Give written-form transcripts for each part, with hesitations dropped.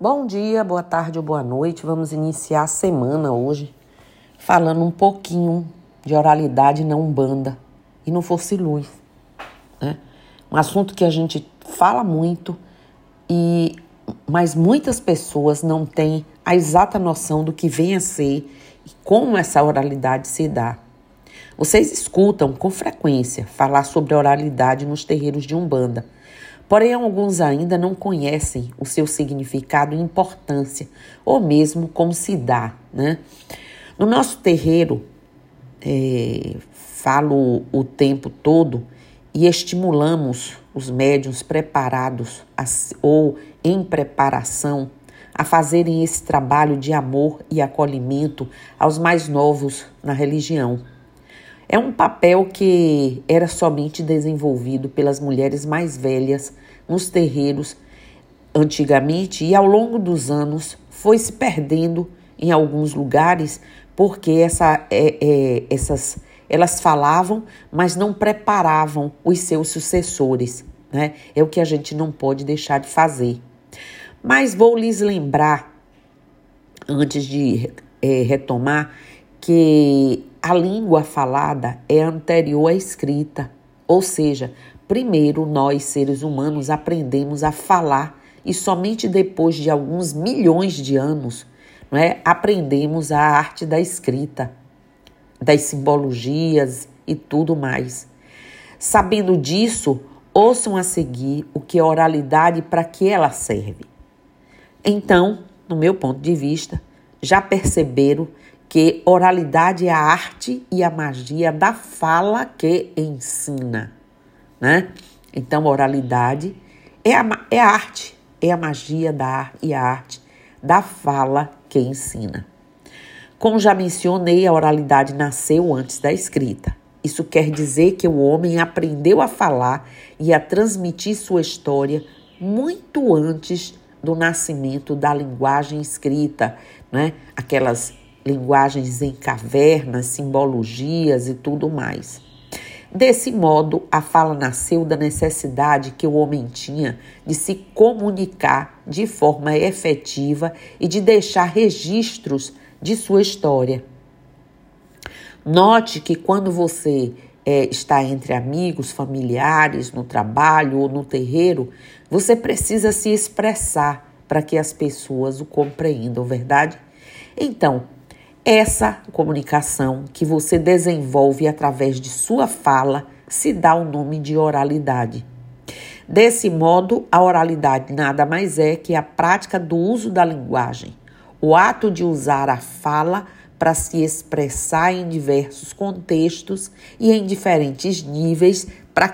Bom dia, boa tarde ou boa noite. Vamos iniciar a semana hoje falando um pouquinho de oralidade na Umbanda e no Força e Luz, né? Um assunto que a gente fala muito, mas muitas pessoas não têm a exata noção do que vem a ser e como essa oralidade se dá. Vocês escutam com frequência falar sobre oralidade nos terreiros de Umbanda. Porém, alguns ainda não conhecem o seu significado e importância, ou mesmo como se dá, né? No nosso terreiro, falo o tempo todo e estimulamos os médiuns preparados ou em preparação a fazerem esse trabalho de amor e acolhimento aos mais novos na religião. É um papel que era somente desenvolvido pelas mulheres mais velhas nos terreiros antigamente e ao longo dos anos foi se perdendo em alguns lugares porque elas falavam, mas não preparavam os seus sucessores, né? É o que a gente não pode deixar de fazer. Mas vou lhes lembrar, antes de retomar, que a língua falada é anterior à escrita, ou seja, primeiro nós, seres humanos, aprendemos a falar e somente depois de alguns milhões de anos, não é, aprendemos a arte da escrita, das simbologias e tudo mais. Sabendo disso, ouçam a seguir o que é oralidade e para que ela serve. Então, no meu ponto de vista, já perceberam que oralidade é a arte e a magia da fala que ensina, né? Então, oralidade é a arte, é a magia e a arte da fala que ensina. Como já mencionei, a oralidade nasceu antes da escrita. Isso quer dizer que o homem aprendeu a falar e a transmitir sua história muito antes do nascimento da linguagem escrita, né? Aquelas linguagens em cavernas, simbologias e tudo mais. Desse modo, a fala nasceu da necessidade que o homem tinha de se comunicar de forma efetiva e de deixar registros de sua história. Note que quando você está entre amigos, familiares, no trabalho ou no terreiro, você precisa se expressar para que as pessoas o compreendam, verdade? Então, essa comunicação que você desenvolve através de sua fala se dá o nome de oralidade. Desse modo, a oralidade nada mais é que a prática do uso da linguagem, o ato de usar a fala para se expressar em diversos contextos e em diferentes níveis para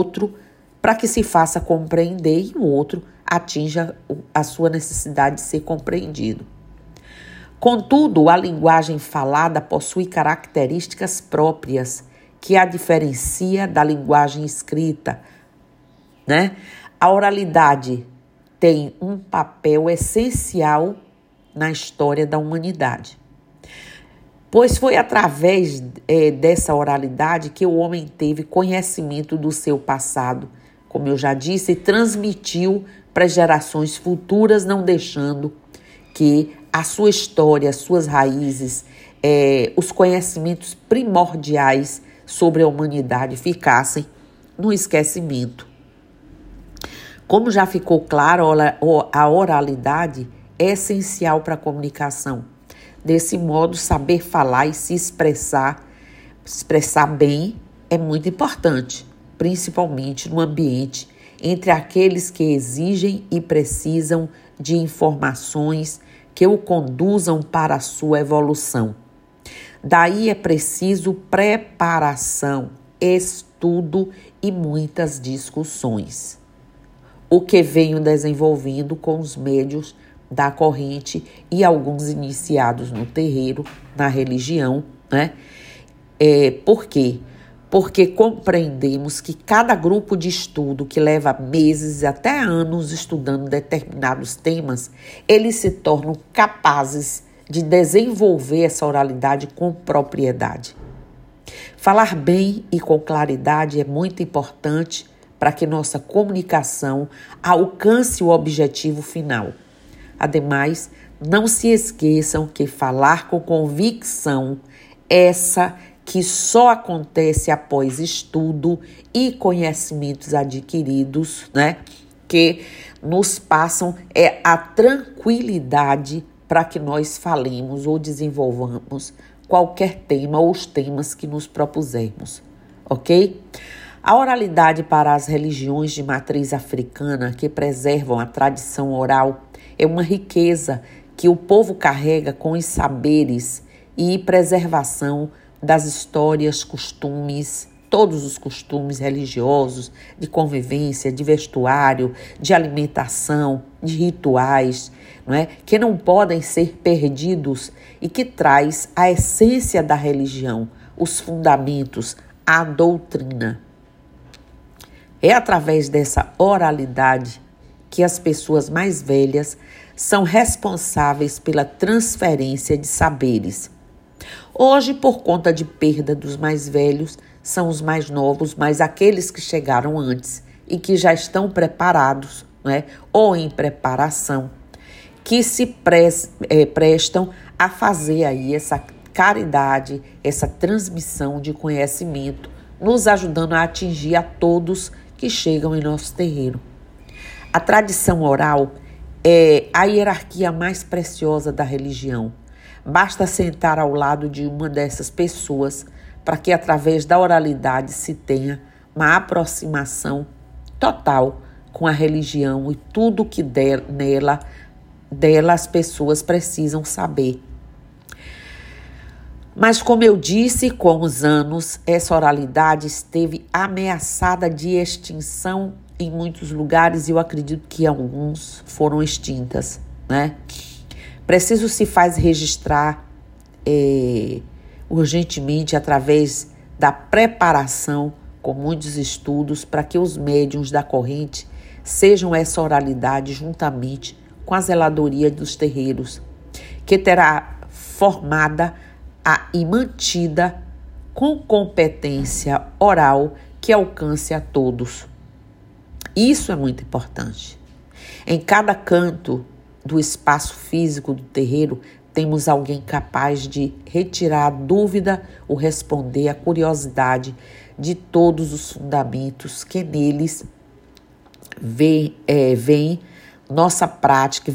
que se faça compreender e o outro atinja a sua necessidade de ser compreendido. Contudo, a linguagem falada possui características próprias que a diferencia da linguagem escrita, né? A oralidade tem um papel essencial na história da humanidade, pois foi através dessa oralidade que o homem teve conhecimento do seu passado, como eu já disse, e transmitiu para as gerações futuras, não deixando que a sua história, as suas raízes, os conhecimentos primordiais sobre a humanidade ficassem no esquecimento. Como já ficou claro, a oralidade é essencial para a comunicação. Desse modo, saber falar e se expressar bem é muito importante, principalmente no ambiente entre aqueles que exigem e precisam de informações que o conduzam para a sua evolução. Daí é preciso preparação, estudo e muitas discussões. O que venho desenvolvendo com os médiuns da corrente e alguns iniciados no terreiro, na religião, né? Por quê? Porque compreendemos que cada grupo de estudo que leva meses até anos estudando determinados temas, eles se tornam capazes de desenvolver essa oralidade com propriedade. Falar bem e com claridade é muito importante para que nossa comunicação alcance o objetivo final. Ademais, não se esqueçam que falar com convicção, essa que só acontece após estudo e conhecimentos adquiridos, né? Que nos passam a tranquilidade para que nós falemos ou desenvolvamos qualquer tema ou os temas que nos propusermos, ok? A oralidade para as religiões de matriz africana que preservam a tradição oral é uma riqueza que o povo carrega com os saberes e preservação das histórias, costumes, todos os costumes religiosos, de convivência, de vestuário, de alimentação, de rituais, não é? Que não podem ser perdidos e que traz a essência da religião, os fundamentos, a doutrina. É através dessa oralidade que as pessoas mais velhas são responsáveis pela transferência de saberes. Hoje, por conta de perda dos mais velhos, são os mais novos, mas aqueles que chegaram antes e que já estão preparados, né, ou em preparação, que se prestam a fazer aí essa caridade, essa transmissão de conhecimento, nos ajudando a atingir a todos que chegam em nosso terreiro. A tradição oral é a hierarquia mais preciosa da religião. Basta sentar ao lado de uma dessas pessoas para que, através da oralidade, se tenha uma aproximação total com a religião e tudo que dela as pessoas precisam saber. Mas, como eu disse, com os anos, essa oralidade esteve ameaçada de extinção em muitos lugares e eu acredito que alguns foram extintas, né? Preciso se faz registrar urgentemente através da preparação com muitos estudos para que os médiuns da corrente sejam essa oralidade juntamente com a zeladoria dos terreiros, que terá formada e mantida com competência oral que alcance a todos. Isso é muito importante. Em cada canto do espaço físico do terreiro, temos alguém capaz de retirar a dúvida ou responder a curiosidade de todos os fundamentos que neles vem em nossa prática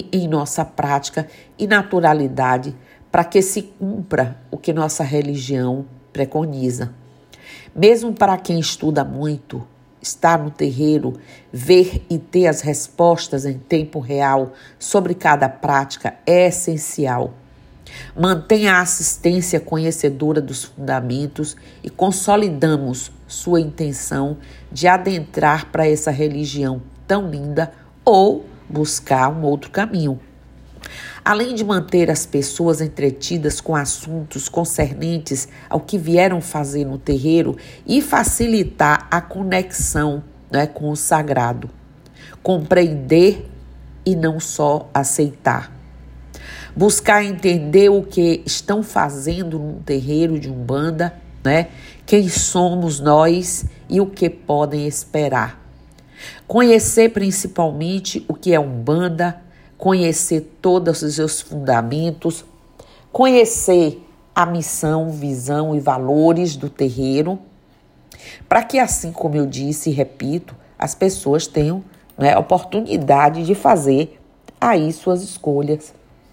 e naturalidade para que se cumpra o que nossa religião preconiza. Mesmo para quem estuda muito, estar no terreiro, ver e ter as respostas em tempo real sobre cada prática é essencial. Mantenha a assistência conhecedora dos fundamentos e consolidamos sua intenção de adentrar para essa religião tão linda ou buscar um outro caminho. Além de manter as pessoas entretidas com assuntos concernentes ao que vieram fazer no terreiro e facilitar a conexão, né, com o sagrado. Compreender e não só aceitar. Buscar entender o que estão fazendo num terreiro de Umbanda, né? Quem somos nós e o que podem esperar. Conhecer principalmente o que é Umbanda, conhecer todos os seus fundamentos, conhecer a missão, visão e valores do terreiro, para que assim, como eu disse e repito, as pessoas tenham, né, a oportunidade de fazer aí suas escolhas.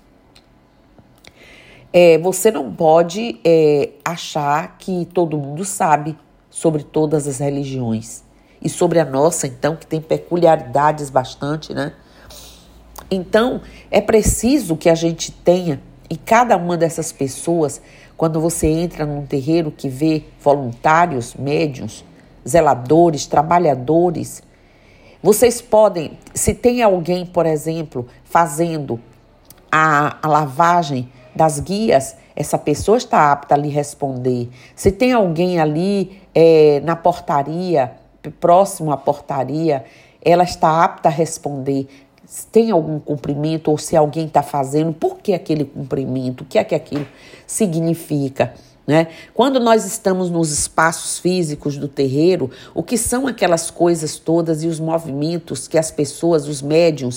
Você não pode achar que todo mundo sabe sobre todas as religiões e sobre a nossa, então, que tem peculiaridades bastante, né? Então, é preciso que a gente tenha em cada uma dessas pessoas, quando você entra num terreiro que vê voluntários, médiuns, zeladores, trabalhadores, vocês podem, se tem alguém, por exemplo, fazendo a lavagem das guias, essa pessoa está apta a lhe responder. Se tem alguém ali na portaria, próximo à portaria, ela está apta a responder. Se tem algum cumprimento ou se alguém está fazendo, por que aquele cumprimento? O que é que aquilo significa? Né? Quando nós estamos nos espaços físicos do terreiro, o que são aquelas coisas todas e os movimentos que as pessoas, os médiuns,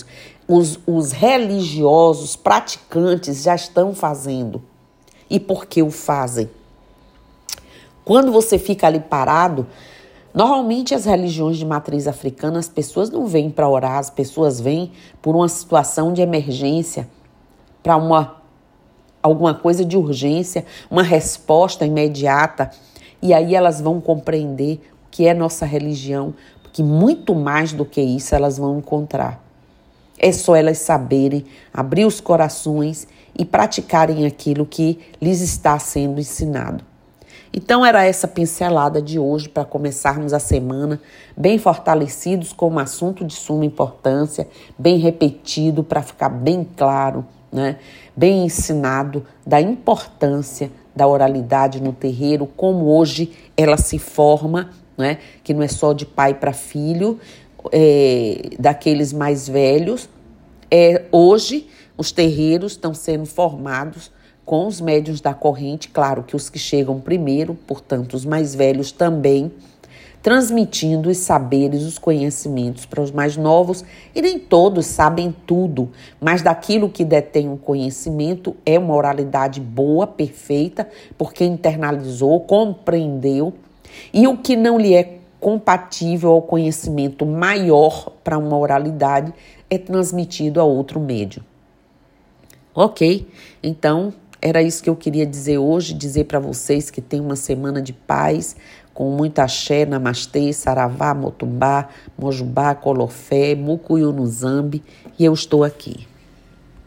os religiosos praticantes já estão fazendo. E por que o fazem? Quando você fica ali parado, normalmente as religiões de matriz africana, as pessoas não vêm para orar, as pessoas vêm por uma situação de emergência, para alguma coisa de urgência, uma resposta imediata. E aí elas vão compreender o que é nossa religião, porque muito mais do que isso elas vão encontrar. É só elas saberem abrir os corações e praticarem aquilo que lhes está sendo ensinado. Então era essa pincelada de hoje para começarmos a semana bem fortalecidos com um assunto de suma importância, bem repetido para ficar bem claro, né? Bem ensinado da importância da oralidade no terreiro, como hoje ela se forma, né? Que não é só de pai para filho, daqueles mais velhos. Hoje os terreiros estão sendo formados com os médiuns da corrente, claro que os que chegam primeiro, portanto os mais velhos também, transmitindo os saberes, os conhecimentos para os mais novos, e nem todos sabem tudo, mas daquilo que detém o conhecimento é uma oralidade boa, perfeita, porque internalizou, compreendeu, e o que não lhe é compatível ao conhecimento maior para uma oralidade é transmitido a outro médium. Ok? Então, era isso que eu queria dizer hoje, dizer para vocês que tem uma semana de paz, com muita axé, namastê, saravá, motumbá, mojubá, colofé, mucuyu no zambi, e eu estou aqui.